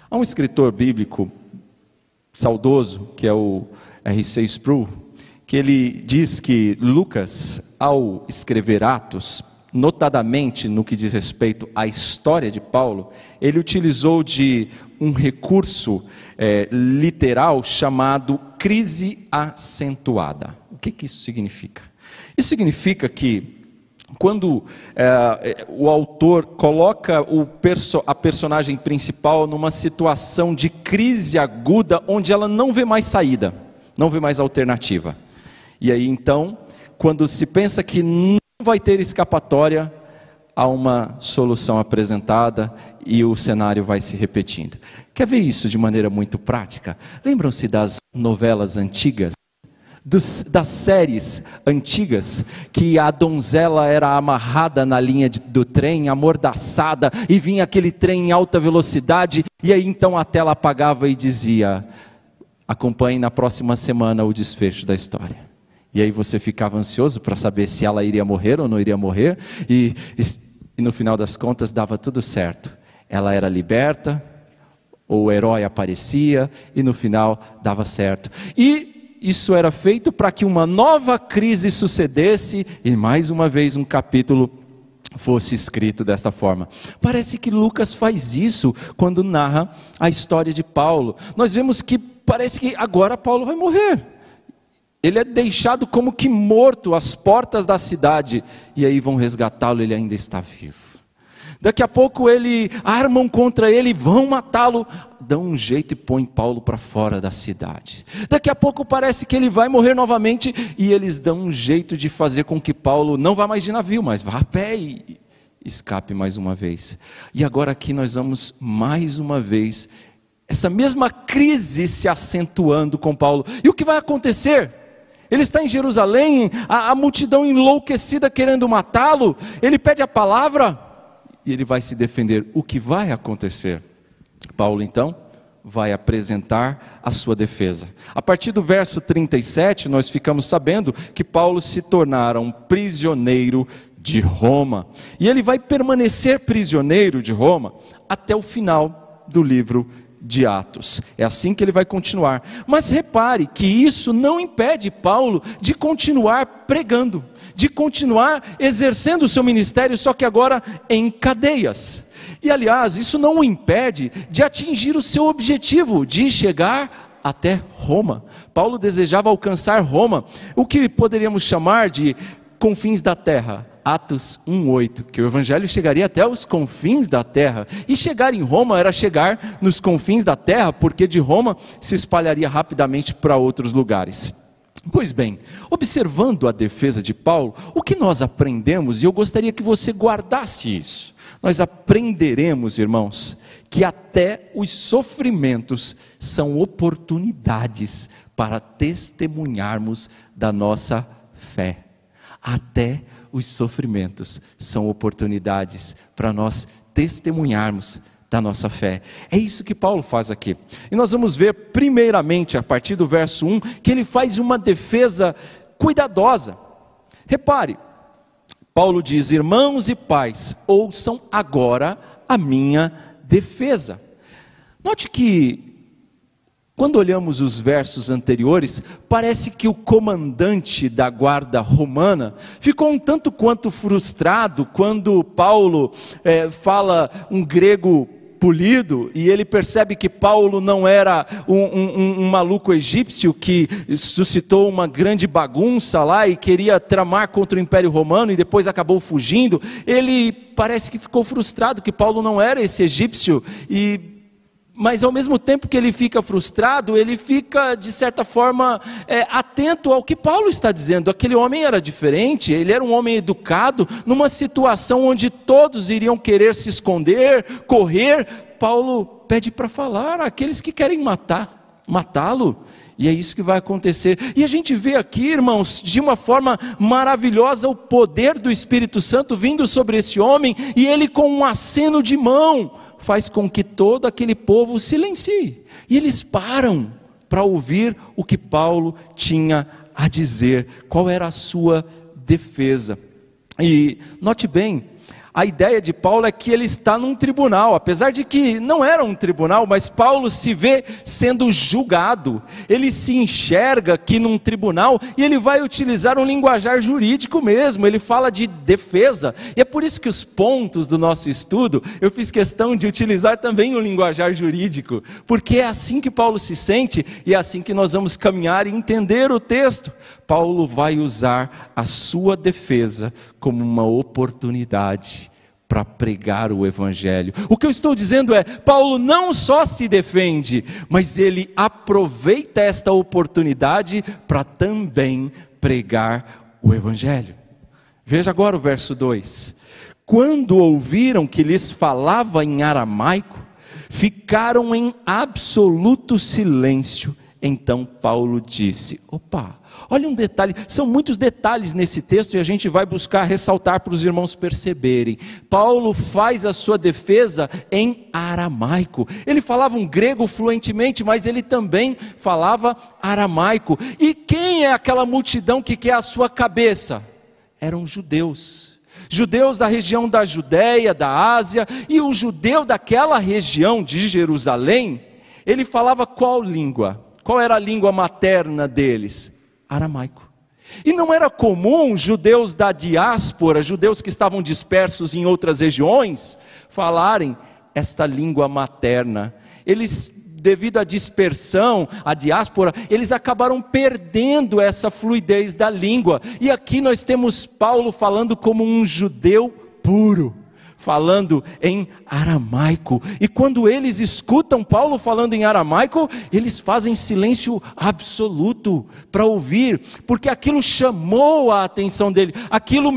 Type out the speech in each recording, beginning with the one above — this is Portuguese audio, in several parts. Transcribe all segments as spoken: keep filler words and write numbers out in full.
Há um escritor bíblico saudoso, que é o R C Sproul, que ele diz que Lucas, ao escrever Atos, notadamente no que diz respeito à história de Paulo, ele utilizou de um recurso é, literal chamado crise acentuada. O que, que isso significa? Isso significa que quando é, o autor coloca o perso- a personagem principal numa situação de crise aguda, onde ela não vê mais saída, não vê mais alternativa. E aí então, quando se pensa que não vai ter escapatória, há uma solução apresentada e o cenário vai se repetindo. Quer ver isso de maneira muito prática? Lembram-se das novelas antigas? Dos, das séries antigas, que a donzela era amarrada na linha de, do trem, amordaçada, e vinha aquele trem em alta velocidade, e aí então a tela apagava e dizia: acompanhe na próxima semana o desfecho da história. E aí você ficava ansioso para saber se ela iria morrer ou não iria morrer, e, e, e no final das contas dava tudo certo. Ela era liberta, o herói aparecia, e no final dava certo. E isso era feito para que uma nova crise sucedesse e mais uma vez um capítulo fosse escrito desta forma. Parece que Lucas faz isso quando narra a história de Paulo. Nós vemos que parece que agora Paulo vai morrer. Ele é deixado como que morto às portas da cidade, e aí vão resgatá-lo, ele ainda está vivo. Daqui a pouco ele armam contra ele, vão matá-lo, dão um jeito e põem Paulo para fora da cidade. Daqui a pouco parece que ele vai morrer novamente, e eles dão um jeito de fazer com que Paulo não vá mais de navio, mas vá a pé e escape mais uma vez. E agora aqui nós vamos mais uma vez, essa mesma crise se acentuando com Paulo. E o que vai acontecer? Ele está em Jerusalém, a, a multidão enlouquecida querendo matá-lo, ele pede a palavra, e ele vai se defender. O que vai acontecer? Paulo então vai apresentar a sua defesa. A partir do verso trinta e sete, nós ficamos sabendo que Paulo se tornara um prisioneiro de Roma. E ele vai permanecer prisioneiro de Roma até o final do livro de Atos. É assim que ele vai continuar. Mas repare que isso não impede Paulo de continuar pregando, de continuar exercendo o seu ministério, só que agora em cadeias. E aliás, isso não o impede de atingir o seu objetivo, de chegar até Roma. Paulo desejava alcançar Roma, o que poderíamos chamar de confins da terra. Atos um, oito, que o evangelho chegaria até os confins da terra. E chegar em Roma era chegar nos confins da terra, porque de Roma se espalharia rapidamente para outros lugares. Pois bem, observando a defesa de Paulo, o que nós aprendemos, e eu gostaria que você guardasse isso, nós aprenderemos, irmãos, que até os sofrimentos são oportunidades para testemunharmos da nossa fé. Até os sofrimentos são oportunidades para nós testemunharmos da nossa fé. É isso que Paulo faz aqui. E nós vamos ver primeiramente, a partir do verso um, que ele faz uma defesa cuidadosa. Repare, Paulo diz: irmãos e pais, ouçam agora a minha defesa. Note que quando olhamos os versos anteriores, parece que o comandante da guarda romana ficou um tanto quanto frustrado quando Paulo é, fala um grego polido, e ele percebe que Paulo não era um, um, um maluco egípcio que suscitou uma grande bagunça lá e queria tramar contra o Império Romano e depois acabou fugindo. Ele parece que ficou frustrado que Paulo não era esse egípcio, e mas ao mesmo tempo que ele fica frustrado, ele fica de certa forma é, atento ao que Paulo está dizendo. Aquele homem era diferente, ele era um homem educado, numa situação onde todos iriam querer se esconder, correr. Paulo pede para falar àqueles que querem matar, matá-lo. E é isso que vai acontecer. E a gente vê aqui, irmãos, de uma forma maravilhosa, o poder do Espírito Santo vindo sobre esse homem, e ele com um aceno de mão faz com que todo aquele povo silencie. E eles param para ouvir o que Paulo tinha a dizer, qual era a sua defesa. E note bem, A ideia de Paulo é que ele está num tribunal, apesar de que não era um tribunal, mas Paulo se vê sendo julgado, ele se enxerga aqui num tribunal e ele vai utilizar um linguajar jurídico mesmo, ele fala de defesa, e é por isso que os pontos do nosso estudo, eu fiz questão de utilizar também o linguajar jurídico, porque é assim que Paulo se sente e é assim que nós vamos caminhar e entender o texto. Paulo vai usar a sua defesa como uma oportunidade para pregar o evangelho. O que eu estou dizendo é, Paulo não só se defende, mas ele aproveita esta oportunidade para também pregar o evangelho. Veja agora o verso dois. Quando ouviram que lhes falava em aramaico, ficaram em absoluto silêncio. Então Paulo disse, opa, olha um detalhe, são muitos detalhes nesse texto e a gente vai buscar ressaltar para os irmãos perceberem. Paulo faz a sua defesa em aramaico, ele falava um grego fluentemente, mas ele também falava aramaico. E quem é aquela multidão que quer a sua cabeça? Eram judeus, judeus da região da Judéia, da Ásia, e o judeu daquela região de Jerusalém, ele falava qual língua? Qual era a língua materna deles? Aramaico. E não era comum judeus da diáspora, judeus que estavam dispersos em outras regiões, falarem esta língua materna. Eles, devido à dispersão, à diáspora, eles acabaram perdendo essa fluidez da língua. E aqui nós temos Paulo falando como um judeu puro, falando em aramaico, e quando eles escutam Paulo falando em aramaico, eles fazem silêncio absoluto para ouvir, porque aquilo chamou a atenção dele, aquilo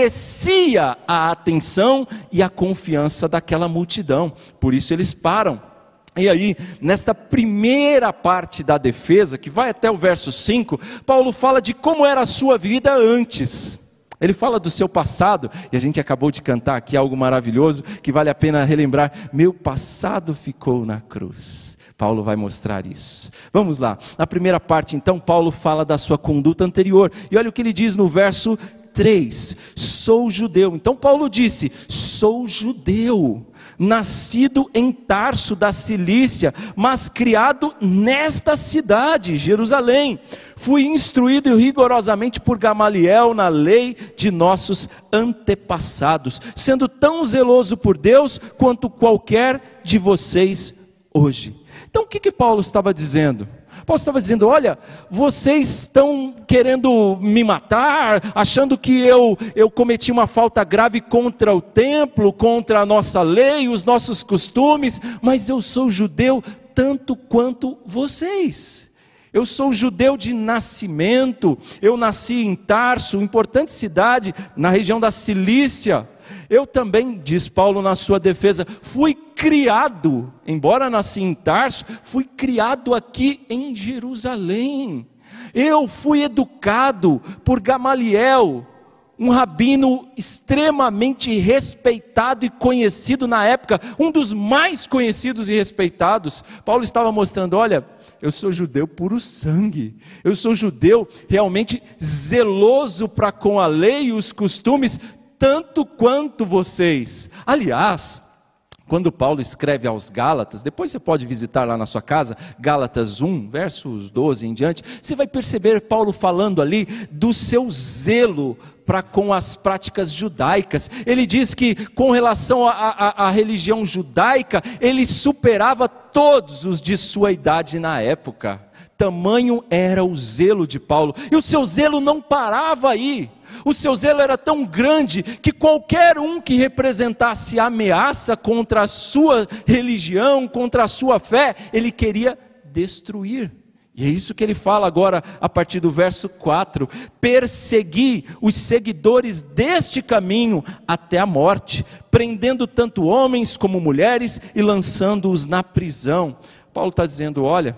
merecia a atenção e a confiança daquela multidão, por isso eles param. E aí, nesta primeira parte da defesa, que vai até o verso cinco, Paulo fala de como era a sua vida antes. Ele fala do seu passado, e a gente acabou de cantar aqui algo maravilhoso, que vale a pena relembrar. Meu passado ficou na cruz. Paulo vai mostrar isso. Vamos lá, na primeira parte então, Paulo fala da sua conduta anterior, e olha o que ele diz no verso três, sou judeu. Então Paulo disse, sou judeu, nascido em Tarso da Cilícia, mas criado nesta cidade, Jerusalém. Fui instruído rigorosamente por Gamaliel na lei de nossos antepassados, sendo tão zeloso por Deus quanto qualquer de vocês hoje. Então o que que Paulo estava dizendo? Paulo estava dizendo, olha, vocês estão querendo me matar, achando que eu, eu cometi uma falta grave contra o templo, contra a nossa lei, os nossos costumes, mas eu sou judeu tanto quanto vocês. Eu sou judeu de nascimento, eu nasci em Tarso, importante cidade na região da Cilícia. Eu também, diz Paulo na sua defesa, fui criado, embora nasci em Tarso, fui criado aqui em Jerusalém. Eu fui educado por Gamaliel, um rabino extremamente respeitado e conhecido na época, um dos mais conhecidos e respeitados. Paulo estava mostrando, olha, eu sou judeu puro sangue, eu sou judeu realmente zeloso para com a lei e os costumes, tanto quanto vocês. Aliás, quando Paulo escreve aos Gálatas, depois você pode visitar lá na sua casa, Gálatas um, versos doze em diante, você vai perceber Paulo falando ali do seu zelo para com as práticas judaicas. Ele diz que com relação à religião judaica, ele superava todos os de sua idade na época. Tamanho era o zelo de Paulo, e o seu zelo não parava aí. O seu zelo era tão grande que qualquer um que representasse ameaça contra a sua religião, contra a sua fé, ele queria destruir. E é isso que ele fala agora a partir do verso quatro, persegui os seguidores deste caminho até a morte, prendendo tanto homens como mulheres e lançando-os na prisão. Paulo está dizendo, olha,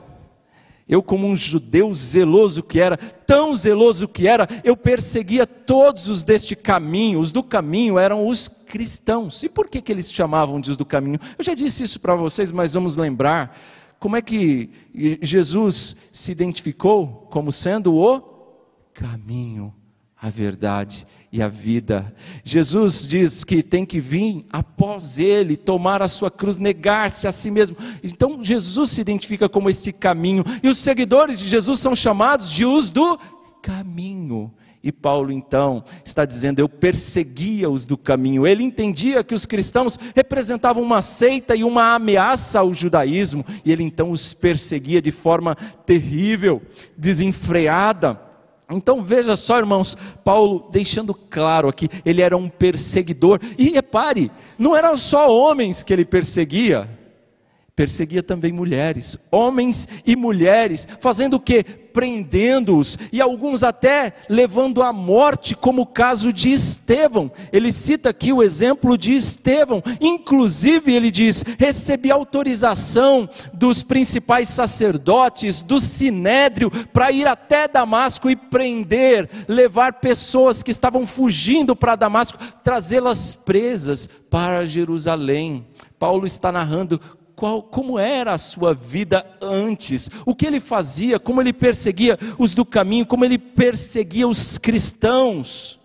eu como um judeu zeloso que era, tão zeloso que era, eu perseguia todos os deste caminho. Os do caminho eram os cristãos. E por que que eles chamavam de os do caminho? Eu já disse isso para vocês, mas vamos lembrar. Como é que Jesus se identificou como sendo o caminho, a verdade e a vida. Jesus diz que tem que vir após ele, tomar a sua cruz, negar-se a si mesmo. Então Jesus se identifica como esse caminho, e os seguidores de Jesus são chamados de os do caminho. E Paulo então está dizendo: eu perseguia os do caminho. Ele entendia que os cristãos representavam uma seita e uma ameaça ao judaísmo, e ele então os perseguia de forma terrível, desenfreada. Então veja só, irmãos, Paulo deixando claro aqui, ele era um perseguidor. E repare, não eram só homens que ele perseguia, perseguia também mulheres, homens e mulheres, fazendo o quê? Prendendo-os, e alguns até levando à morte, como o caso de Estevão. Ele cita aqui o exemplo de Estevão. Inclusive ele diz: recebi autorização dos principais sacerdotes, do Sinédrio, para ir até Damasco e prender, levar pessoas que estavam fugindo para Damasco, trazê-las presas para Jerusalém. Paulo está narrando Qual, como era a sua vida antes, o que ele fazia, como ele perseguia os do caminho, como ele perseguia os cristãos.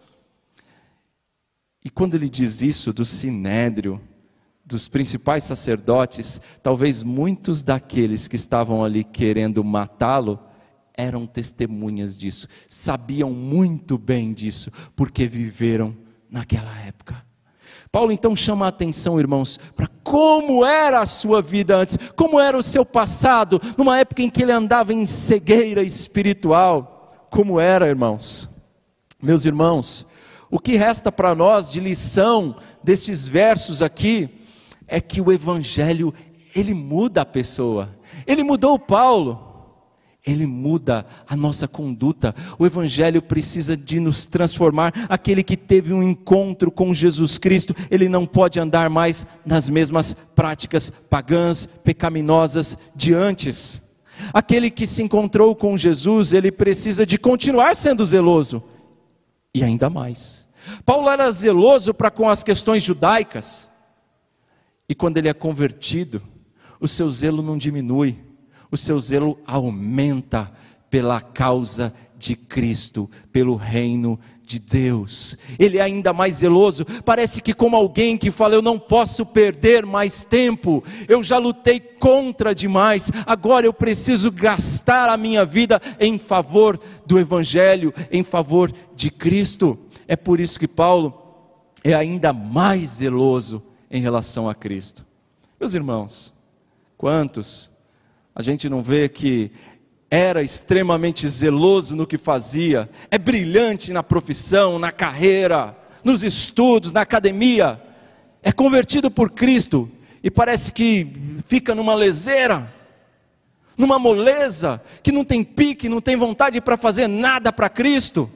E quando ele diz isso do Sinédrio, dos principais sacerdotes, talvez muitos daqueles que estavam ali querendo matá-lo, eram testemunhas disso, sabiam muito bem disso, porque viveram naquela época. Paulo então chama a atenção, irmãos, para como era a sua vida antes, como era o seu passado, numa época em que ele andava em cegueira espiritual. Como era, irmãos? Meus irmãos, o que resta para nós de lição destes versos aqui, é que o Evangelho, ele muda a pessoa. Ele mudou Paulo. Ele muda a nossa conduta. O Evangelho precisa de nos transformar. Aquele que teve um encontro com Jesus Cristo, ele não pode andar mais nas mesmas práticas pagãs, pecaminosas de antes. Aquele que se encontrou com Jesus, ele precisa de continuar sendo zeloso, e ainda mais. Paulo era zeloso para com as questões judaicas, e quando ele é convertido, o seu zelo não diminui, o seu zelo aumenta pela causa de Cristo, pelo reino de Deus. Ele é ainda mais zeloso, parece que como alguém que fala: eu não posso perder mais tempo, eu já lutei contra demais, agora eu preciso gastar a minha vida em favor do Evangelho, em favor de Cristo. É por isso que Paulo é ainda mais zeloso em relação a Cristo. Meus irmãos, quantos a gente não vê que era extremamente zeloso no que fazia, é brilhante na profissão, na carreira, nos estudos, na academia, é convertido por Cristo e parece que fica numa leseira, numa moleza, que não tem pique, não tem vontade para fazer nada para Cristo?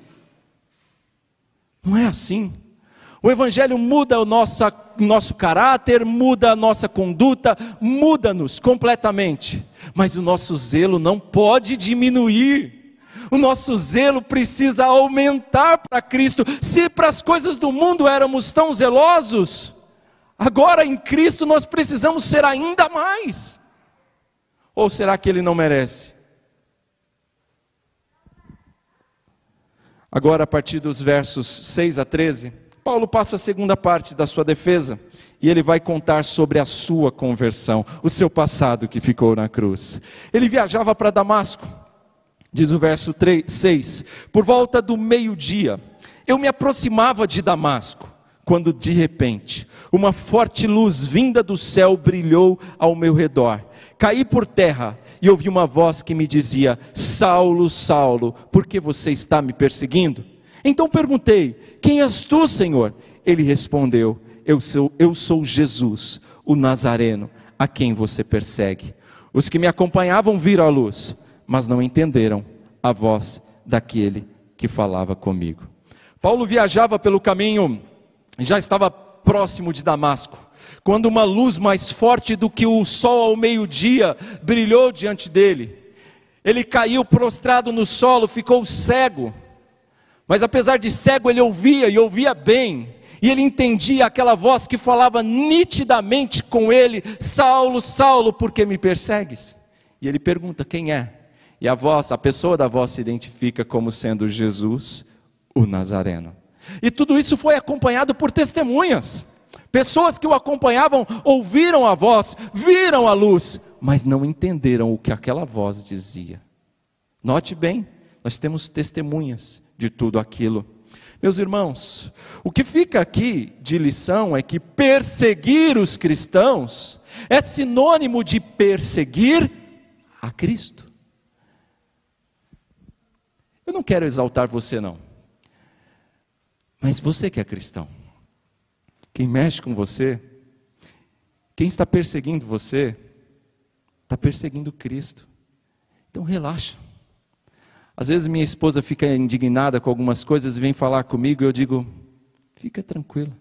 Não é assim. O Evangelho muda o nosso, nosso caráter, muda a nossa conduta, muda-nos completamente. Mas o nosso zelo não pode diminuir. O nosso zelo precisa aumentar para Cristo. Se para as coisas do mundo éramos tão zelosos, agora em Cristo nós precisamos ser ainda mais. Ou será que Ele não merece? Agora, a partir dos versos seis a treze... Paulo passa a segunda parte da sua defesa, e ele vai contar sobre a sua conversão, o seu passado que ficou na cruz. Ele viajava para Damasco, diz o verso seis, por volta do meio-dia, eu me aproximava de Damasco, quando de repente, uma forte luz vinda do céu brilhou ao meu redor. Caí por terra e ouvi uma voz que me dizia: Saulo, Saulo, por que você está me perseguindo? Então perguntei: quem és tu, Senhor? Ele respondeu: eu sou, eu sou Jesus, o Nazareno, a quem você persegue. Os que me acompanhavam viram a luz, mas não entenderam a voz daquele que falava comigo. Paulo viajava pelo caminho, já estava próximo de Damasco, quando uma luz mais forte do que o sol ao meio-dia brilhou diante dele. Ele caiu prostrado no solo, ficou cego. Mas apesar de cego, ele ouvia e ouvia bem, e ele entendia aquela voz que falava nitidamente com ele: Saulo, Saulo, por que me persegues? E ele pergunta: quem é? E a voz, a pessoa da voz se identifica como sendo Jesus, o Nazareno. E tudo isso foi acompanhado por testemunhas. Pessoas que o acompanhavam ouviram a voz, viram a luz, mas não entenderam o que aquela voz dizia. Note bem, nós temos testemunhas de tudo aquilo. Meus irmãos, o que fica aqui de lição é que perseguir os cristãos é sinônimo de perseguir a Cristo. Eu não quero exaltar você não, mas você que é cristão, quem mexe com você, quem está perseguindo você, está perseguindo Cristo. Então relaxa. Às vezes minha esposa fica indignada com algumas coisas e vem falar comigo e eu digo, fica tranquila.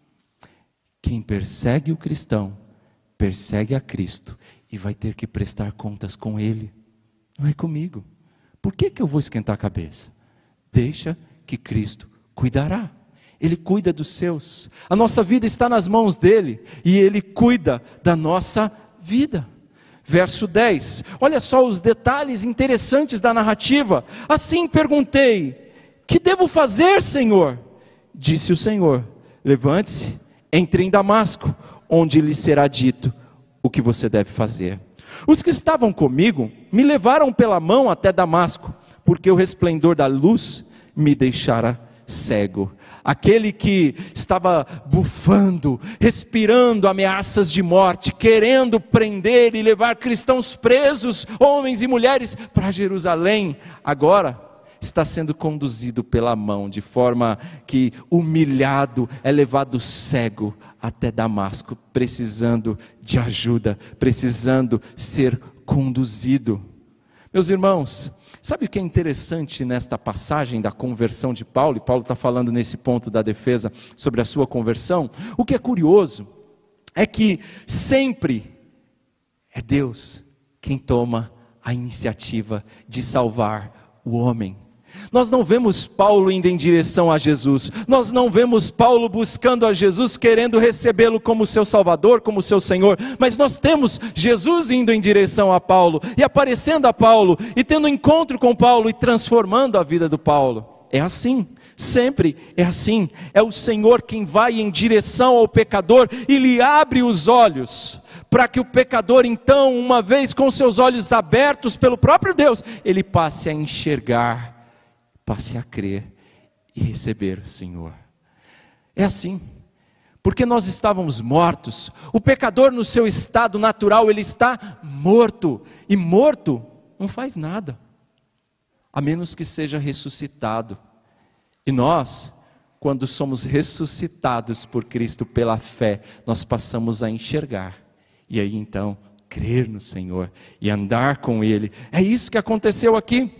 Quem persegue o cristão, persegue a Cristo e vai ter que prestar contas com Ele, não é comigo. Por que que eu vou esquentar a cabeça? Deixa que Cristo cuidará. Ele cuida dos seus. A nossa vida está nas mãos dEle e Ele cuida da nossa vida. Verso dez, olha só os detalhes interessantes da narrativa. Assim perguntei, que devo fazer, Senhor? Disse o Senhor, levante-se, entre em Damasco, onde lhe será dito o que você deve fazer. Os que estavam comigo me levaram pela mão até Damasco, porque o resplendor da luz me deixara cego. Aquele que estava bufando, respirando ameaças de morte, querendo prender e levar cristãos presos, homens e mulheres, para Jerusalém, agora está sendo conduzido pela mão, de forma que, humilhado, é levado cego até Damasco, precisando de ajuda, precisando ser conduzido. Meus irmãos, sabe o que é interessante nesta passagem da conversão de Paulo? E Paulo está falando nesse ponto da defesa sobre a sua conversão. O que é curioso é que sempre é Deus quem toma a iniciativa de salvar o homem. Nós não vemos Paulo indo em direção a Jesus, nós não vemos Paulo buscando a Jesus, querendo recebê-lo como seu Salvador, como seu Senhor, mas nós temos Jesus indo em direção a Paulo, e aparecendo a Paulo, e tendo encontro com Paulo, e transformando a vida do Paulo. É assim, sempre é assim, é o Senhor quem vai em direção ao pecador, e lhe abre os olhos, para que o pecador então, uma vez com seus olhos abertos pelo próprio Deus, ele passe a enxergar, passe a crer e receber o Senhor. É assim, porque nós estávamos mortos, o pecador no seu estado natural, ele está morto, e morto não faz nada, a menos que seja ressuscitado. E nós, quando somos ressuscitados por Cristo pela fé, nós passamos a enxergar, e aí então, crer no Senhor, e andar com Ele. É isso que aconteceu aqui.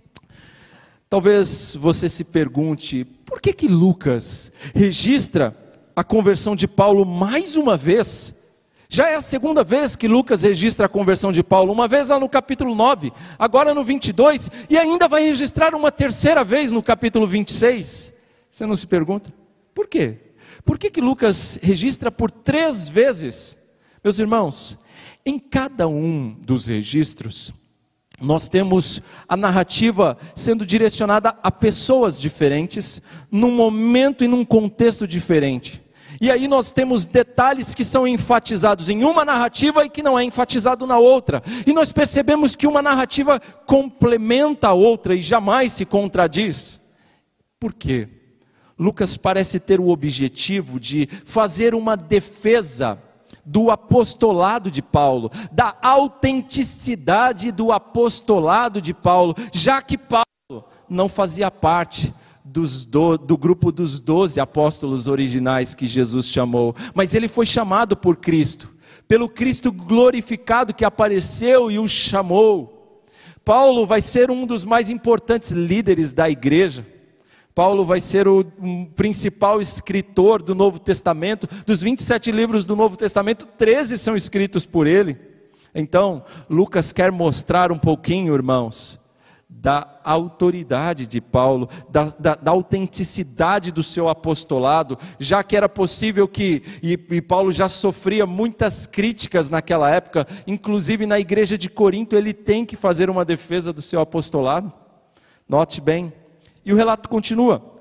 Talvez você se pergunte, por que que Lucas registra a conversão de Paulo mais uma vez? Já é a segunda vez que Lucas registra a conversão de Paulo, uma vez lá no capítulo nove, agora no vinte e dois, e ainda vai registrar uma terceira vez no capítulo vinte e seis. Você não se pergunta? Por quê? Por que que Lucas registra por três vezes? Meus irmãos, em cada um dos registros, nós temos a narrativa sendo direcionada a pessoas diferentes, num momento e num contexto diferente. E aí nós temos detalhes que são enfatizados em uma narrativa e que não é enfatizado na outra. E nós percebemos que uma narrativa complementa a outra e jamais se contradiz. Por quê? Lucas parece ter o objetivo de fazer uma defesa do apostolado de Paulo, da autenticidade do apostolado de Paulo, já que Paulo não fazia parte dos do, do grupo dos doze apóstolos originais que Jesus chamou, mas ele foi chamado por Cristo, pelo Cristo glorificado que apareceu e o chamou. Paulo vai ser um dos mais importantes líderes da igreja. Paulo vai ser o um principal escritor do Novo Testamento. Dos vinte e sete livros do Novo Testamento, treze são escritos por ele. Então, Lucas quer mostrar um pouquinho, irmãos, da autoridade de Paulo, da, da, da autenticidade do seu apostolado, já que era possível que, e, e Paulo já sofria muitas críticas naquela época, inclusive na igreja de Corinto, ele tem que fazer uma defesa do seu apostolado. Note bem. E o relato continua.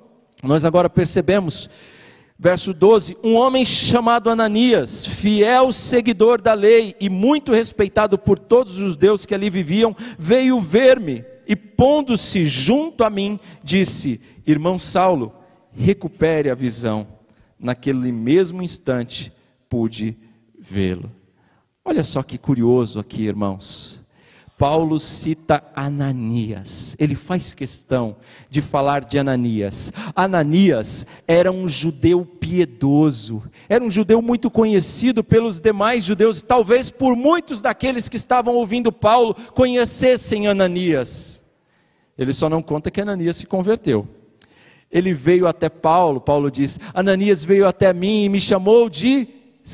Nós agora percebemos, verso doze, um homem chamado Ananias, fiel seguidor da lei e muito respeitado por todos os judeus que ali viviam, veio ver-me e pondo-se junto a mim, disse: irmão Saulo, recupere a visão. Naquele mesmo instante pude vê-lo. Olha só que curioso aqui, irmãos. Paulo cita Ananias, ele faz questão de falar de Ananias. Ananias era um judeu piedoso, era um judeu muito conhecido pelos demais judeus, talvez por muitos daqueles que estavam ouvindo Paulo conhecessem Ananias. Ele só não conta que Ananias se converteu. Ele veio até Paulo, Paulo diz: Ananias veio até mim e me chamou de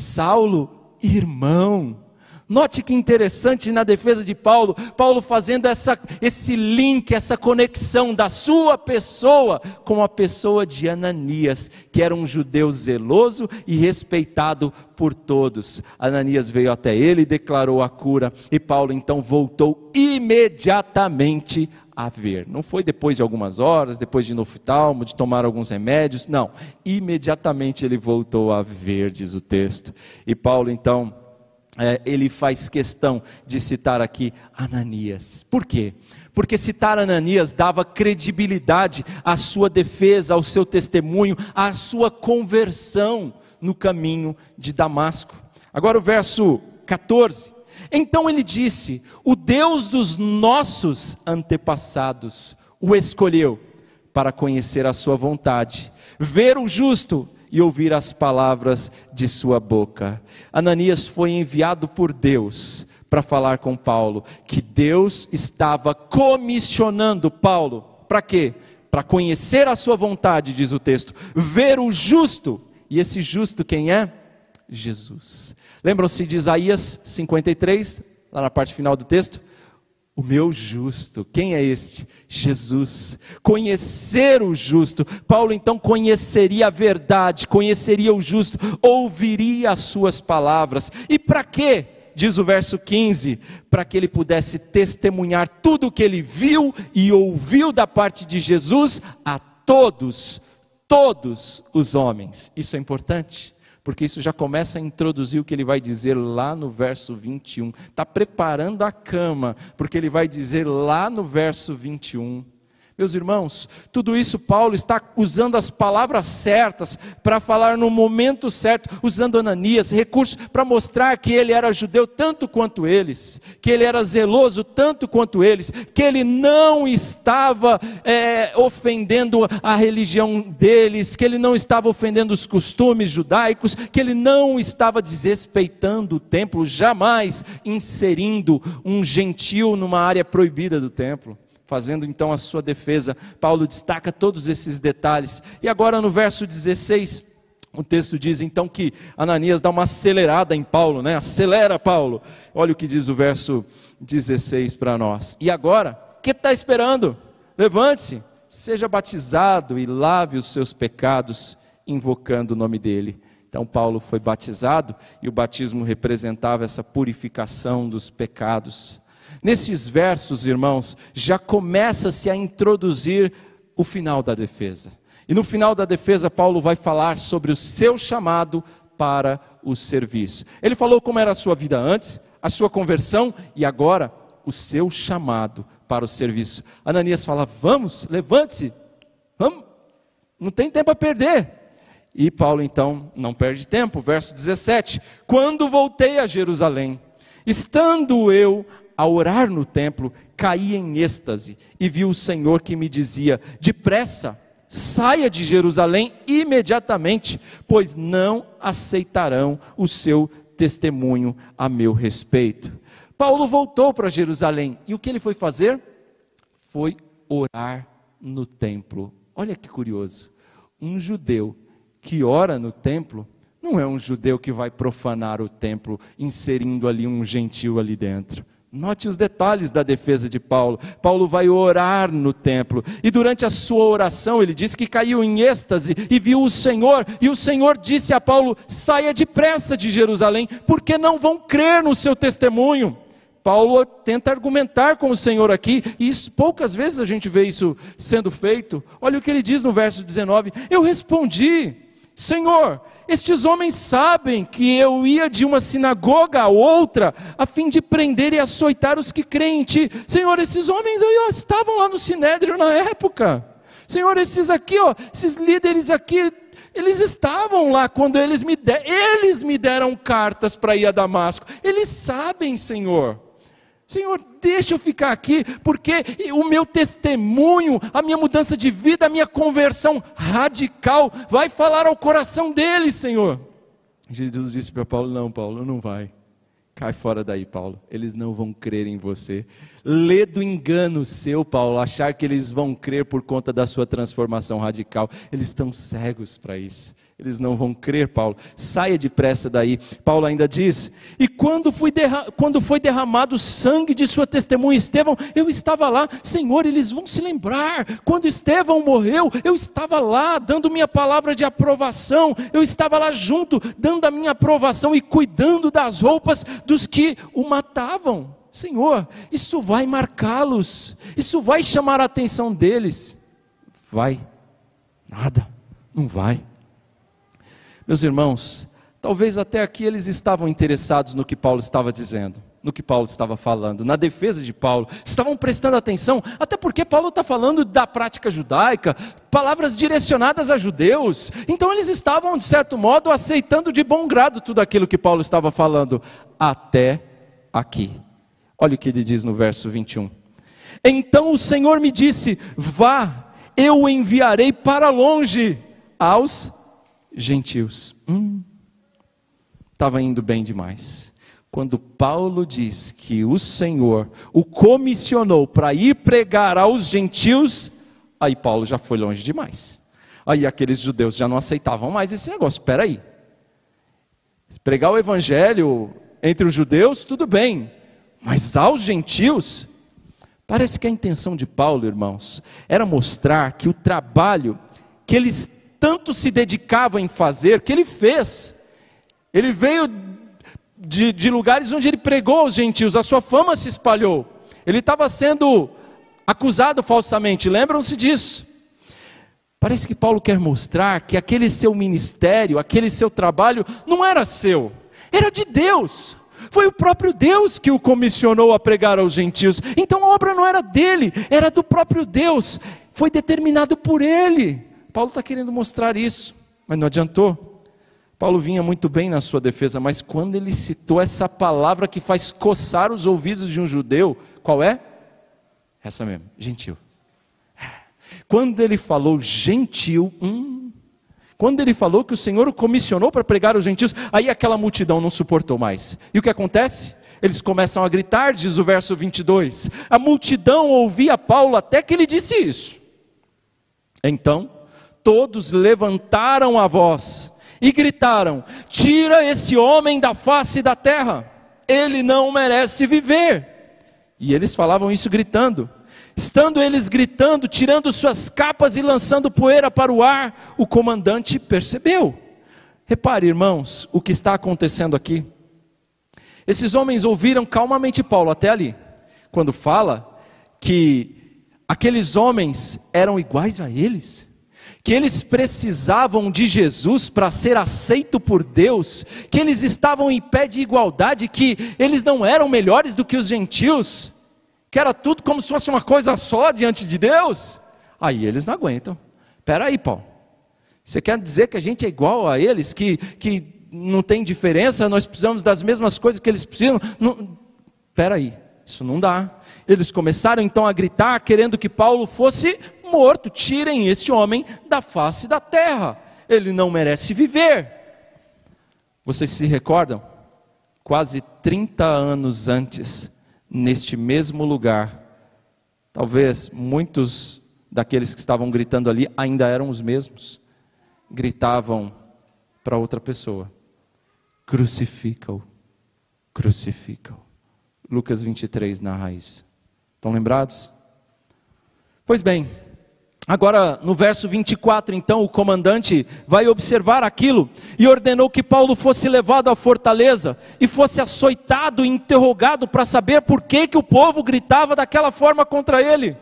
Saulo, irmão. Note que interessante na defesa de Paulo, Paulo fazendo essa, esse link, essa conexão da sua pessoa com a pessoa de Ananias, que era um judeu zeloso e respeitado por todos. Ananias veio até ele e declarou a cura, e Paulo então voltou imediatamente a ver. Não foi depois de algumas horas, depois de ir no oftalmo, de tomar alguns remédios, não. Imediatamente ele voltou a ver, diz o texto. E Paulo então... É, ele faz questão de citar aqui Ananias. Por quê? Porque citar Ananias dava credibilidade à sua defesa, ao seu testemunho, à sua conversão no caminho de Damasco. Agora o verso catorze. Então ele disse: o Deus dos nossos antepassados o escolheu para conhecer a sua vontade, ver o justo e ouvir as palavras de sua boca. Ananias foi enviado por Deus para falar com Paulo, que Deus estava comissionando Paulo, para quê? Para conhecer a sua vontade, diz o texto, ver o justo, e esse justo quem é? Jesus. Lembram-se de Isaías cinquenta e três, lá na parte final do texto? O meu justo, quem é este? Jesus. Conhecer o justo. Paulo então conheceria a verdade, conheceria o justo, ouviria as suas palavras. E para quê? Diz o verso quinze, para que ele pudesse testemunhar tudo o que ele viu e ouviu da parte de Jesus a todos, todos os homens. Isso é importante, porque isso já começa a introduzir o que ele vai dizer lá no verso vinte e um. Está preparando a cama, porque ele vai dizer lá no verso vinte e um. Meus irmãos, tudo isso Paulo está usando as palavras certas para falar no momento certo, usando Ananias, recursos para mostrar que ele era judeu tanto quanto eles, que ele era zeloso tanto quanto eles, que ele não estava é, ofendendo a religião deles, que ele não estava ofendendo os costumes judaicos, que ele não estava desrespeitando o templo, jamais inserindo um gentil numa área proibida do templo. Fazendo então a sua defesa, Paulo destaca todos esses detalhes. E agora no verso dezesseis, o texto diz então que Ananias dá uma acelerada em Paulo, né? Acelera Paulo. Olha o que diz o verso dezesseis para nós. E agora, o que está esperando? Levante-se, seja batizado e lave os seus pecados, invocando o nome dele. Então Paulo foi batizado e o batismo representava essa purificação dos pecados. Nesses versos, irmãos, já começa-se a introduzir o final da defesa. E no final da defesa, Paulo vai falar sobre o seu chamado para o serviço. Ele falou como era a sua vida antes, a sua conversão e agora o seu chamado para o serviço. Ananias fala: vamos, levante-se, vamos, não tem tempo a perder. E Paulo então não perde tempo, verso dezessete. Quando voltei a Jerusalém, estando eu a orar no templo, caí em êxtase e vi o Senhor que me dizia: depressa, saia de Jerusalém imediatamente, pois não aceitarão o seu testemunho a meu respeito. Paulo voltou para Jerusalém e o que ele foi fazer? Foi orar no templo. Olha que curioso, um judeu que ora no templo não é um judeu que vai profanar o templo, inserindo ali um gentil ali dentro. Note os detalhes da defesa de Paulo. Paulo vai orar no templo, e durante a sua oração, ele diz que caiu em êxtase, e viu o Senhor, e o Senhor disse a Paulo: saia depressa de Jerusalém, porque não vão crer no seu testemunho. Paulo tenta argumentar com o Senhor aqui, e isso, poucas vezes a gente vê isso sendo feito. Olha o que ele diz no verso dezenove: eu respondi, Senhor, estes homens sabem que eu ia de uma sinagoga a outra, a fim de prender e açoitar os que creem em ti. Senhor, esses homens aí ó, estavam lá no Sinédrio na época. Senhor, esses aqui, ó, esses líderes aqui, eles estavam lá quando eles me, de, eles me deram cartas para ir a Damasco. Eles sabem, Senhor. Senhor, deixa eu ficar aqui, porque o meu testemunho, a minha mudança de vida, a minha conversão radical, vai falar ao coração deles, Senhor. Jesus disse para Paulo: não, Paulo, não vai. Cai fora daí, Paulo, eles não vão crer em você. Lê do engano seu, Paulo, achar que eles vão crer por conta da sua transformação radical. Eles estão cegos para isso. Eles não vão crer, Paulo. Saia depressa daí. Paulo ainda diz: e quando, fui derra- quando foi derramado o sangue de sua testemunha Estevão, eu estava lá. Senhor, eles vão se lembrar. Quando Estevão morreu, eu estava lá, dando minha palavra de aprovação. Eu estava lá junto, dando a minha aprovação e cuidando das roupas dos que o matavam. Senhor, isso vai marcá-los. Isso vai chamar a atenção deles. Vai? Nada. Não vai. Meus irmãos, talvez até aqui eles estavam interessados no que Paulo estava dizendo, no que Paulo estava falando, na defesa de Paulo, estavam prestando atenção, até porque Paulo está falando da prática judaica, palavras direcionadas a judeus, então eles estavam de certo modo aceitando de bom grado tudo aquilo que Paulo estava falando, até aqui. Olha o que ele diz no verso vinte e um: então o Senhor me disse, vá, eu o enviarei para longe aos gentios. Hum, estava indo bem demais. Quando Paulo diz que o Senhor o comissionou para ir pregar aos gentios, aí Paulo já foi longe demais. Aí aqueles judeus já não aceitavam mais esse negócio. Espera aí, pregar o evangelho entre os judeus, tudo bem, mas aos gentios? Parece que a intenção de Paulo, irmãos, era mostrar que o trabalho que eles tanto se dedicava em fazer, que ele fez. Ele veio de, de lugares onde ele pregou aos gentios, a sua fama se espalhou. Ele estava sendo acusado falsamente, lembram-se disso? Parece que Paulo quer mostrar que aquele seu ministério, aquele seu trabalho, não era seu, era de Deus. Foi o próprio Deus que o comissionou a pregar aos gentios. Então a obra não era dele, era do próprio Deus. Foi determinado por ele. Paulo está querendo mostrar isso, mas não adiantou. Paulo vinha muito bem na sua defesa, mas quando ele citou essa palavra que faz coçar os ouvidos de um judeu, qual é? Essa mesmo, gentil. Quando ele falou gentil, hum, quando ele falou que o Senhor o comissionou para pregar aos gentios, aí aquela multidão não suportou mais. E o que acontece? Eles começam a gritar, diz o verso vinte e dois. A multidão ouvia Paulo até que ele disse isso. Então todos levantaram a voz e gritaram: tira esse homem da face da terra, ele não merece viver. E eles falavam isso gritando. Estando eles gritando, tirando suas capas e lançando poeira para o ar, o comandante percebeu. Repare, irmãos, o que está acontecendo aqui. Esses homens ouviram calmamente Paulo até ali, quando fala que aqueles homens eram iguais a eles, que eles precisavam de Jesus para ser aceito por Deus, que eles estavam em pé de igualdade, que eles não eram melhores do que os gentios, que era tudo como se fosse uma coisa só diante de Deus. Aí eles não aguentam. Espera aí, Paulo, você quer dizer que a gente é igual a eles, que, que não tem diferença, nós precisamos das mesmas coisas que eles precisam? Espera aí, isso não dá. Eles começaram então a gritar, querendo que Paulo fosse morto. Tirem esse homem da face da terra, ele não merece viver. Vocês se recordam? Quase trinta anos antes, neste mesmo lugar, talvez muitos daqueles que estavam gritando ali ainda eram os mesmos, gritavam para outra pessoa: crucifica-o, crucifica-o. Lucas vinte e três narra isso. Estão lembrados? Pois bem, Agora, no verso vinte e quatro, então, o comandante vai observar aquilo e ordenou que Paulo fosse levado à fortaleza e fosse açoitado e interrogado para saber por que, que o povo gritava daquela forma contra ele.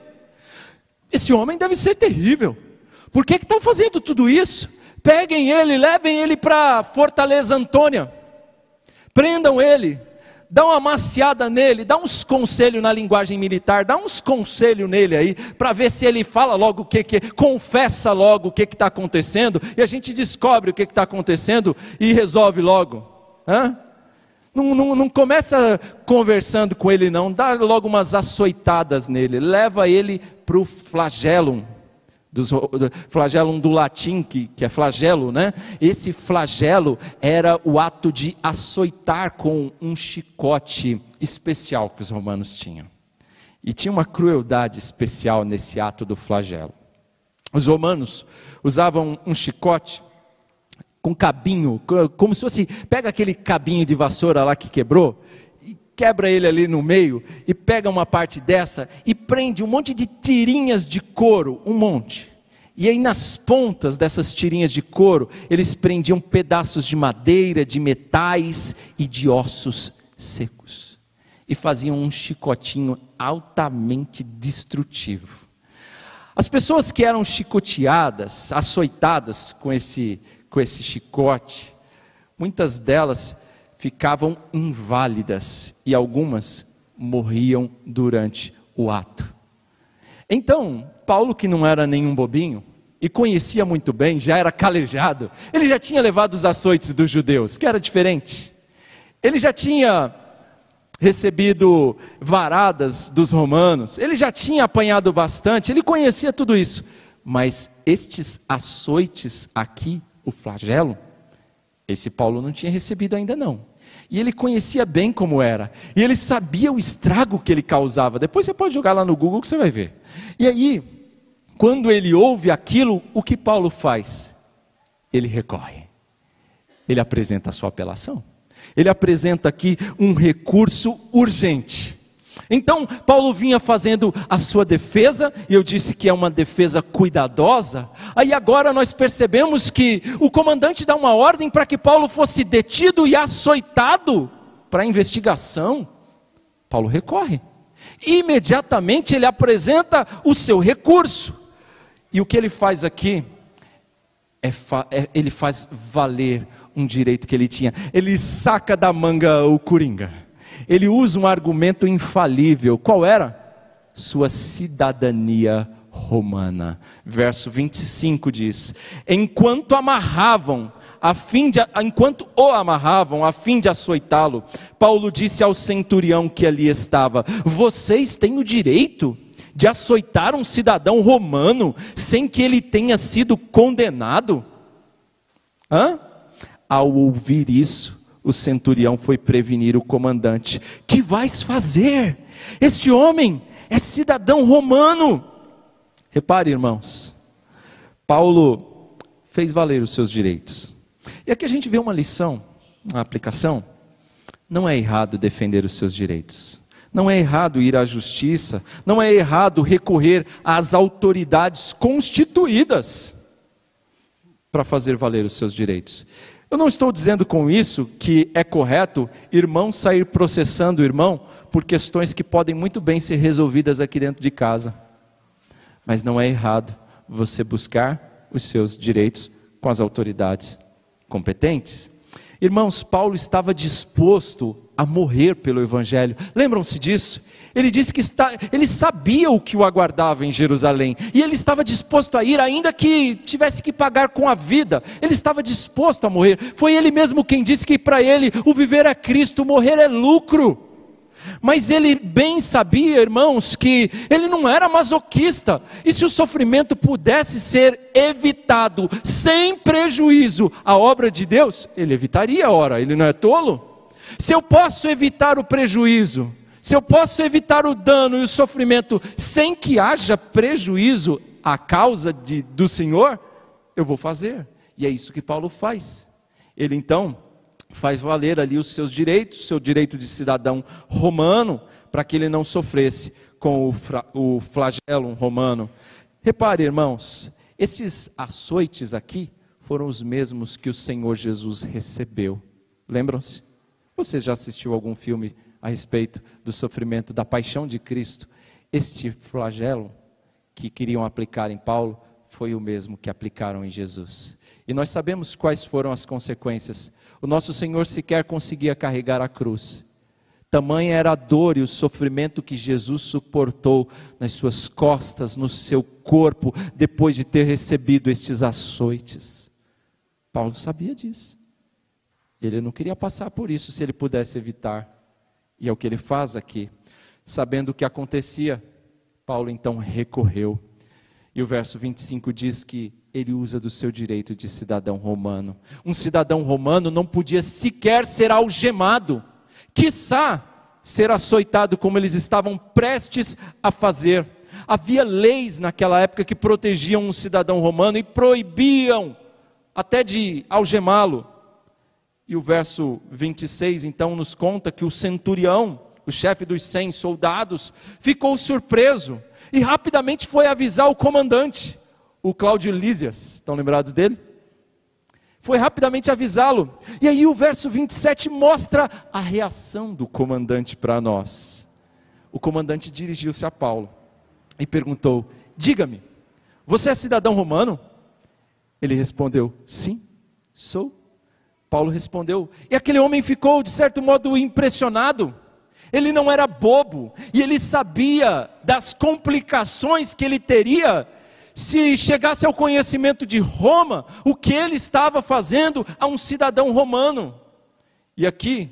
Esse homem deve ser terrível. Por que que estão fazendo tudo isso? Peguem ele, levem ele para a fortaleza Antônia, prendam ele, dá uma maciada nele, dá uns conselhos na linguagem militar, dá uns conselhos nele aí, para ver se ele fala logo o que que, confessa logo o que que está acontecendo, e a gente descobre o que que está acontecendo e resolve logo. Hã? Não, não, não começa conversando com ele não, dá logo umas açoitadas nele, leva ele para o flagellum, dos, flagellum do latim, que, que é flagelo, né? Esse flagelo era o ato de açoitar com um chicote especial que os romanos tinham. E tinha uma crueldade especial nesse ato do flagelo. Os romanos usavam um chicote com cabinho, como se fosse, pega aquele cabinho de vassoura lá que quebrou, e quebra ele ali no meio, e pega uma parte dessa, e prende um monte de tirinhas de couro, um monte, e aí nas pontas dessas tirinhas de couro, eles prendiam pedaços de madeira, de metais e de ossos secos, e faziam um chicotinho altamente destrutivo. As pessoas que eram chicoteadas, açoitadas com esse com esse chicote, muitas delas ficavam inválidas e algumas morriam durante o ato. Então, Paulo, que não era nenhum bobinho e conhecia muito bem, já era calejado, ele já tinha levado os açoites dos judeus, que era diferente. Ele já tinha recebido varadas dos romanos, ele já tinha apanhado bastante, ele conhecia tudo isso, mas estes açoites aqui, o flagelo, esse Paulo não tinha recebido ainda não, e ele conhecia bem como era, e ele sabia o estrago que ele causava. Depois você pode jogar lá no Google que você vai ver. E aí, quando ele ouve aquilo, o que Paulo faz? Ele recorre, ele apresenta a sua apelação, ele apresenta aqui um recurso urgente. Então, Paulo vinha fazendo a sua defesa, e eu disse que é uma defesa cuidadosa. Aí agora nós percebemos que o comandante dá uma ordem para que Paulo fosse detido e açoitado para a investigação. Paulo recorre. Imediatamente ele apresenta o seu recurso. E o que ele faz aqui, é, é, ele faz valer um direito que ele tinha. Ele saca da manga o coringa. Ele usa um argumento infalível. Qual era? Sua cidadania romana. Verso vinte e cinco diz: enquanto amarravam, a fim de, enquanto o amarravam, a fim de açoitá-lo, Paulo disse ao centurião que ali estava: vocês têm o direito de açoitar um cidadão romano sem que ele tenha sido condenado? Hã? Ao ouvir isso, o centurião foi prevenir o comandante: que vais fazer? Este homem é cidadão romano. Repare, irmãos, Paulo fez valer os seus direitos. E aqui a gente vê uma lição, uma aplicação. Não é errado defender os seus direitos, não é errado ir à justiça, não é errado recorrer às autoridades constituídas para fazer valer os seus direitos. Eu não estou dizendo com isso que é correto irmão sair processando o irmão por questões que podem muito bem ser resolvidas aqui dentro de casa. Mas não é errado você buscar os seus direitos com as autoridades competentes. Irmãos, Paulo estava disposto a morrer pelo Evangelho. Lembram-se disso? Ele disse que está, ele sabia o que o aguardava em Jerusalém, e ele estava disposto a ir, ainda que tivesse que pagar com a vida. Ele estava disposto a morrer. Foi ele mesmo quem disse que para ele o viver é Cristo, o morrer é lucro. Mas ele bem sabia, irmãos, que ele não era masoquista, e se o sofrimento pudesse ser evitado sem prejuízo à obra de Deus, ele evitaria. Ora, ele não é tolo? Se eu posso evitar o prejuízo, se eu posso evitar o dano e o sofrimento sem que haja prejuízo à causa de, do Senhor, eu vou fazer. E é isso que Paulo faz. Ele então faz valer ali os seus direitos, seu direito de cidadão romano, para que ele não sofresse com o, fra, o flagelo romano. Repare, irmãos, esses açoites aqui foram os mesmos que o Senhor Jesus recebeu. Lembram-se? Você já assistiu algum filme a respeito do sofrimento, da paixão de Cristo? Este flagelo que queriam aplicar em Paulo foi o mesmo que aplicaram em Jesus. E nós sabemos quais foram as consequências. O nosso Senhor sequer conseguia carregar a cruz. Tamanha era a dor e o sofrimento que Jesus suportou nas suas costas, no seu corpo, depois de ter recebido estes açoites. Paulo sabia disso. Ele não queria passar por isso se ele pudesse evitar. E é o que ele faz aqui. Sabendo o que acontecia, Paulo então recorreu. E o verso vinte e cinco diz que ele usa do seu direito de cidadão romano. Um cidadão romano não podia sequer ser algemado, quiçá ser açoitado como eles estavam prestes a fazer. Havia leis naquela época que protegiam um cidadão romano e proibiam até de algemá-lo. E o verso vinte e seis então nos conta que o centurião, o chefe dos cem soldados, ficou surpreso e rapidamente foi avisar o comandante, o Cláudio Lísias. Estão lembrados dele? Foi rapidamente avisá-lo. E aí o verso vinte e sete mostra a reação do comandante para nós. O comandante dirigiu-se a Paulo e perguntou: diga-me, você é cidadão romano? Ele respondeu: sim, sou. Paulo respondeu, e aquele homem ficou de certo modo impressionado. Ele não era bobo, e ele sabia das complicações que ele teria se chegasse ao conhecimento de Roma, o que ele estava fazendo a um cidadão romano. E aqui,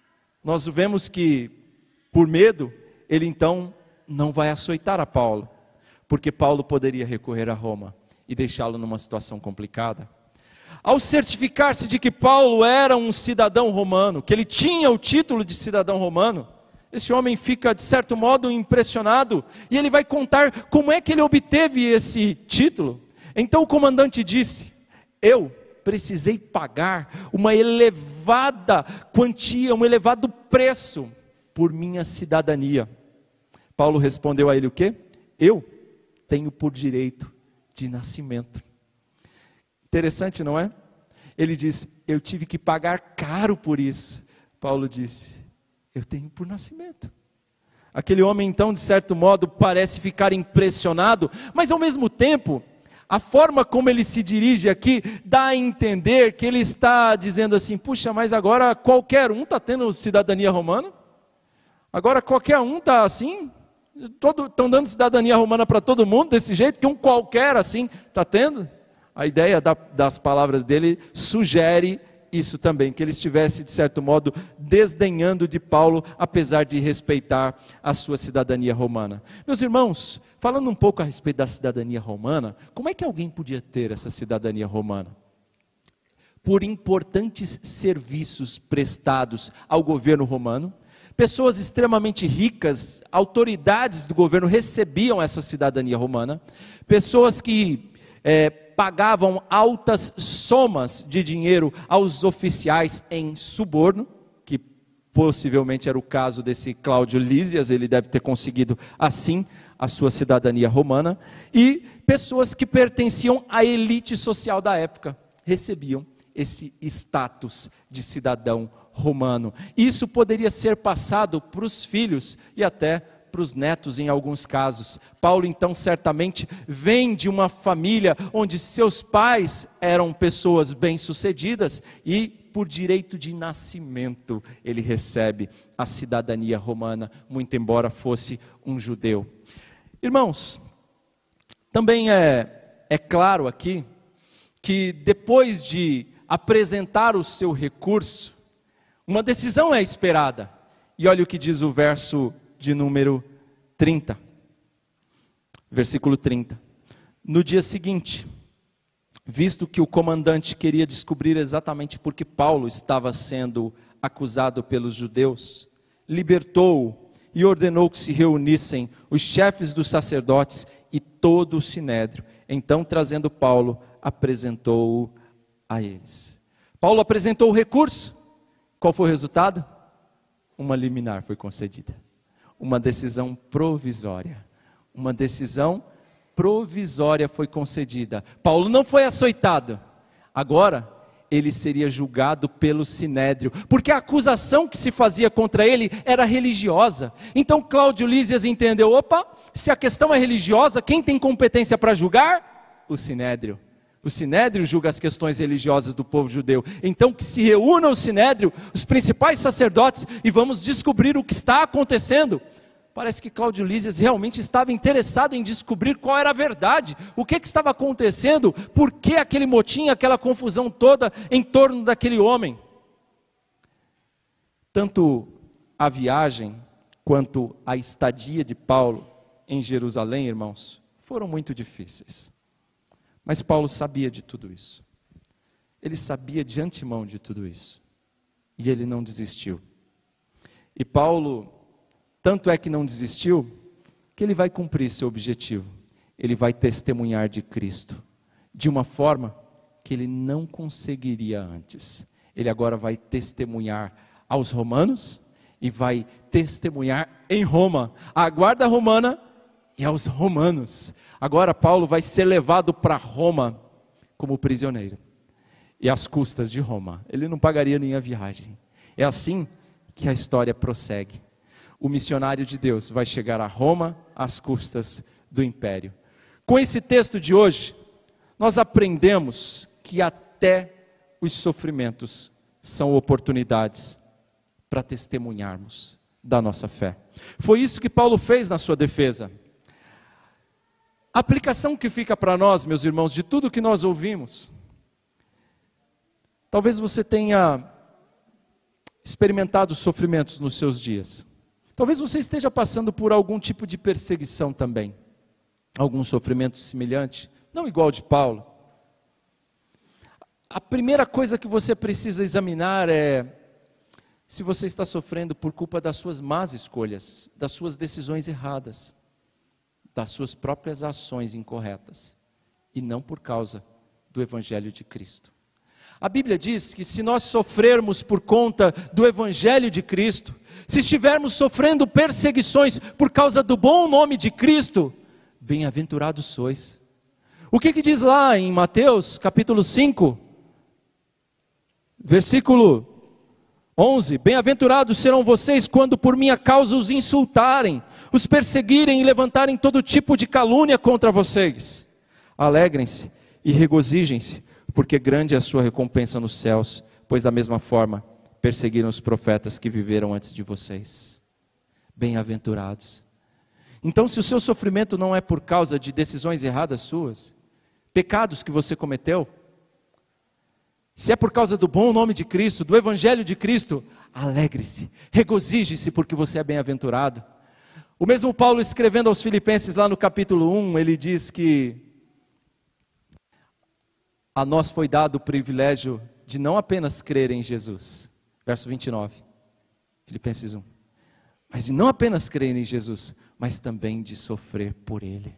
nós vemos que, por medo, ele então não vai açoitar a Paulo, porque Paulo poderia recorrer a Roma e deixá-lo numa situação complicada. Ao certificar-se de que Paulo era um cidadão romano, que ele tinha o título de cidadão romano, esse homem fica de certo modo impressionado, e ele vai contar como é que ele obteve esse título. Então o comandante disse: eu precisei pagar uma elevada quantia, um elevado preço por minha cidadania. Paulo respondeu a ele o quê? Eu tenho por direito de nascimento. Interessante, não é? Ele diz: eu tive que pagar caro por isso. Paulo disse: eu tenho por nascimento. Aquele homem então, de certo modo, parece ficar impressionado, mas ao mesmo tempo, a forma como ele se dirige aqui, dá a entender que ele está dizendo assim: puxa, mas agora qualquer um está tendo cidadania romana? Agora qualquer um está assim? Estão dando cidadania romana para todo mundo, desse jeito, que um qualquer assim está tendo? A ideia da, das palavras dele sugere isso também, que ele estivesse de certo modo desdenhando de Paulo, apesar de respeitar a sua cidadania romana. Meus irmãos, falando um pouco a respeito da cidadania romana, como é que alguém podia ter essa cidadania romana? Por importantes serviços prestados ao governo romano. Pessoas extremamente ricas, autoridades do governo recebiam essa cidadania romana. Pessoas que é, pagavam altas somas de dinheiro aos oficiais em suborno, que possivelmente era o caso desse Cláudio Lísias, ele deve ter conseguido assim a sua cidadania romana, e pessoas que pertenciam à elite social da época, recebiam esse status de cidadão romano. Isso poderia ser passado para os filhos e até para os netos em alguns casos. Paulo então certamente vem de uma família onde seus pais eram pessoas bem-sucedidas e por direito de nascimento ele recebe a cidadania romana, muito embora fosse um judeu. Irmãos, também é, é claro aqui que depois de apresentar o seu recurso, uma decisão é esperada. E olha o que diz o verso de número trinta. Versículo trinta. No dia seguinte, visto que o comandante queria descobrir exatamente por que Paulo estava sendo acusado pelos judeus, libertou-o e ordenou que se reunissem os chefes dos sacerdotes e todo o sinédrio. Então, trazendo Paulo, apresentou-o a eles. Paulo apresentou o recurso. Qual foi o resultado? Uma liminar foi concedida. Uma decisão provisória. Uma decisão provisória foi concedida. Paulo não foi açoitado. Agora, ele seria julgado pelo Sinédrio, porque a acusação que se fazia contra ele era religiosa. Então Cláudio Lísias entendeu, opa, se a questão é religiosa, quem tem competência para julgar? O Sinédrio. O Sinédrio julga as questões religiosas do povo judeu. Então que se reúna o Sinédrio, os principais sacerdotes, e vamos descobrir o que está acontecendo. Parece que Cláudio Lísias realmente estava interessado em descobrir qual era a verdade, o que, que estava acontecendo, por que aquele motim, aquela confusão toda em torno daquele homem. Tanto a viagem quanto a estadia de Paulo em Jerusalém, irmãos, foram muito difíceis. Mas Paulo sabia de tudo isso. Ele sabia de antemão de tudo isso. E ele não desistiu. E Paulo, tanto é que não desistiu, que ele vai cumprir seu objetivo. Ele vai testemunhar de Cristo, de uma forma que ele não conseguiria antes. Ele agora vai testemunhar aos romanos e vai testemunhar em Roma, à guarda romana e aos romanos. Agora Paulo vai ser levado para Roma como prisioneiro, e às custas de Roma. Ele não pagaria nem a viagem. É assim que a história prossegue. O missionário de Deus vai chegar a Roma às custas do império. Com esse texto de hoje, nós aprendemos que até os sofrimentos são oportunidades para testemunharmos da nossa fé. Foi isso que Paulo fez na sua defesa. A aplicação que fica para nós, meus irmãos, de tudo que nós ouvimos, talvez você tenha experimentado sofrimentos nos seus dias. Talvez você esteja passando por algum tipo de perseguição também, algum sofrimento semelhante, não igual ao de Paulo. A primeira coisa que você precisa examinar é se você está sofrendo por culpa das suas más escolhas, das suas decisões erradas, das suas próprias ações incorretas, e não por causa do Evangelho de Cristo. A Bíblia diz que se nós sofrermos por conta do Evangelho de Cristo, se estivermos sofrendo perseguições por causa do bom nome de Cristo, bem-aventurados sois. O que que diz lá em Mateus capítulo cinco, versículo onze, bem-aventurados serão vocês quando por minha causa os insultarem, os perseguirem e levantarem todo tipo de calúnia contra vocês. Alegrem-se e regozijem-se, porque grande é a sua recompensa nos céus, pois da mesma forma perseguiram os profetas que viveram antes de vocês. Bem-aventurados. Então, se o seu sofrimento não é por causa de decisões erradas suas, pecados que você cometeu, se é por causa do bom nome de Cristo, do Evangelho de Cristo, alegre-se, regozije-se, porque você é bem-aventurado. O mesmo Paulo, escrevendo aos Filipenses lá no capítulo um, ele diz que a nós foi dado o privilégio de não apenas crer em Jesus, verso vinte e nove, Filipenses um, mas de não apenas crer em Jesus, mas também de sofrer por Ele.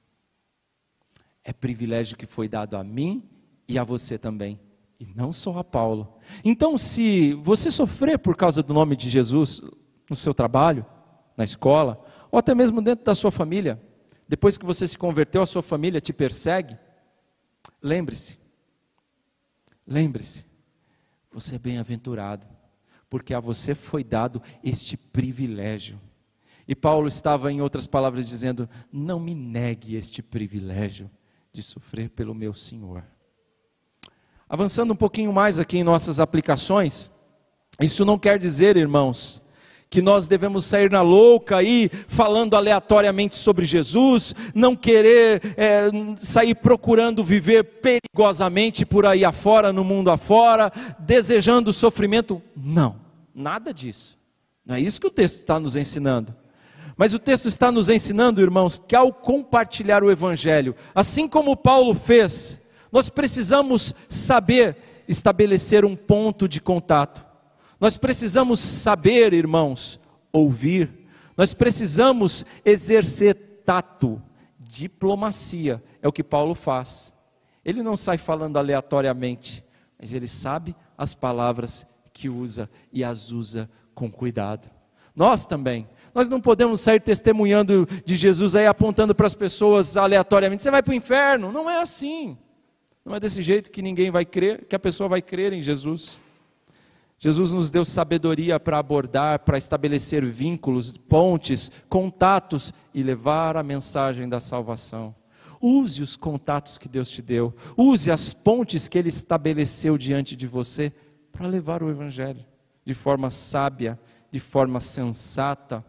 É privilégio que foi dado a mim e a você também, e não só a Paulo. Então, se você sofrer por causa do nome de Jesus, no seu trabalho, na escola, ou até mesmo dentro da sua família, depois que você se converteu, a sua família te persegue, lembre-se, lembre-se, você é bem-aventurado, porque a você foi dado este privilégio. E Paulo estava, em outras palavras, dizendo, não me negue este privilégio de sofrer pelo meu Senhor. Avançando um pouquinho mais aqui em nossas aplicações, isso não quer dizer, irmãos, que nós devemos sair na louca aí, falando aleatoriamente sobre Jesus, não querer é, sair procurando viver perigosamente por aí afora, no mundo afora, desejando sofrimento. Não, nada disso. Não é isso que o texto está nos ensinando. Mas o texto está nos ensinando, irmãos, que ao compartilhar o Evangelho, assim como Paulo fez, nós precisamos saber estabelecer um ponto de contato. Nós precisamos saber, irmãos, ouvir. Nós precisamos exercer tato, diplomacia. É o que Paulo faz. Ele não sai falando aleatoriamente, mas ele sabe as palavras que usa e as usa com cuidado. Nós também. Nós não podemos sair testemunhando de Jesus aí, apontando para as pessoas aleatoriamente, você vai para o inferno. Não é assim. Não é desse jeito que ninguém vai crer, que a pessoa vai crer em Jesus. Jesus nos deu sabedoria para abordar, para estabelecer vínculos, pontes, contatos e levar a mensagem da salvação. Use os contatos que Deus te deu, use as pontes que Ele estabeleceu diante de você para levar o Evangelho de forma sábia, de forma sensata.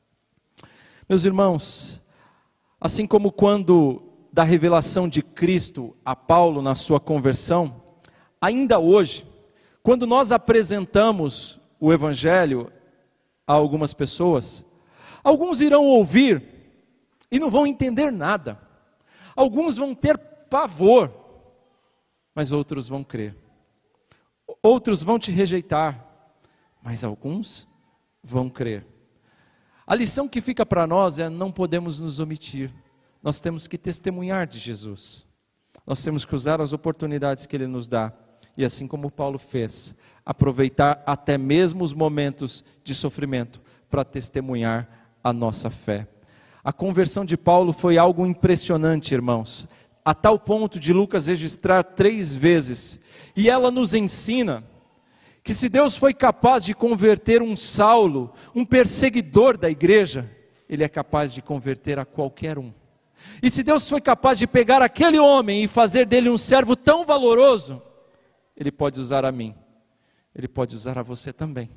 Meus irmãos, assim como quando da revelação de Cristo a Paulo na sua conversão, ainda hoje, quando nós apresentamos o Evangelho a algumas pessoas, alguns irão ouvir e não vão entender nada. Alguns vão ter pavor, mas outros vão crer. Outros vão te rejeitar, mas alguns vão crer. A lição que fica para nós é: não podemos nos omitir. Nós temos que testemunhar de Jesus. Nós temos que usar as oportunidades que Ele nos dá. E assim como Paulo fez, aproveitar até mesmo os momentos de sofrimento para testemunhar a nossa fé. A conversão de Paulo foi algo impressionante, irmãos, a tal ponto de Lucas registrar três vezes. E ela nos ensina que se Deus foi capaz de converter um Saulo, um perseguidor da igreja, Ele é capaz de converter a qualquer um. E se Deus foi capaz de pegar aquele homem e fazer dele um servo tão valoroso, Ele pode usar a mim, Ele pode usar a você também.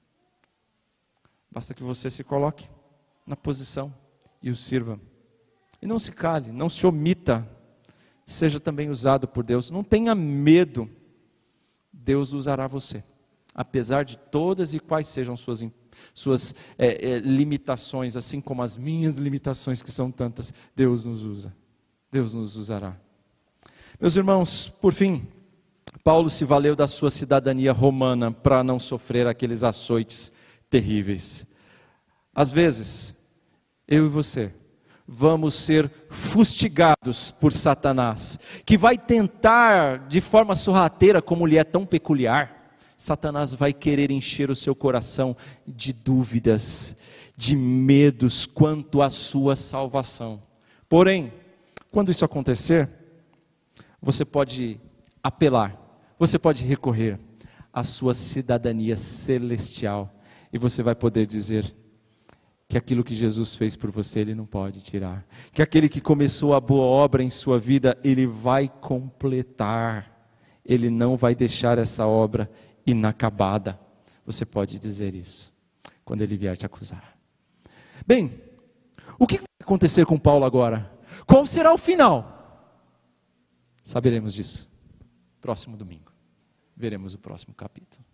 Basta que você se coloque na posição e o sirva. E não se cale, não se omita, seja também usado por Deus. Não tenha medo, Deus usará você. Apesar de todas e quais sejam suas, suas é, é, limitações, assim como as minhas limitações, que são tantas, Deus nos usa, Deus nos usará. Meus irmãos, por fim, Paulo se valeu da sua cidadania romana para não sofrer aqueles açoites terríveis. Às vezes, eu e você vamos ser fustigados por Satanás, que vai tentar de forma sorrateira, como lhe é tão peculiar. Satanás vai querer encher o seu coração de dúvidas, de medos quanto à sua salvação. Porém, quando isso acontecer, você pode apelar, você pode recorrer à sua cidadania celestial, e você vai poder dizer que aquilo que Jesus fez por você, Ele não pode tirar, que aquele que começou a boa obra em sua vida, Ele vai completar, Ele não vai deixar essa obra inacabada. Você pode dizer isso quando Ele vier te acusar. Bem, o que vai acontecer com Paulo agora? Qual será o final? Saberemos disso próximo domingo. Veremos o próximo capítulo.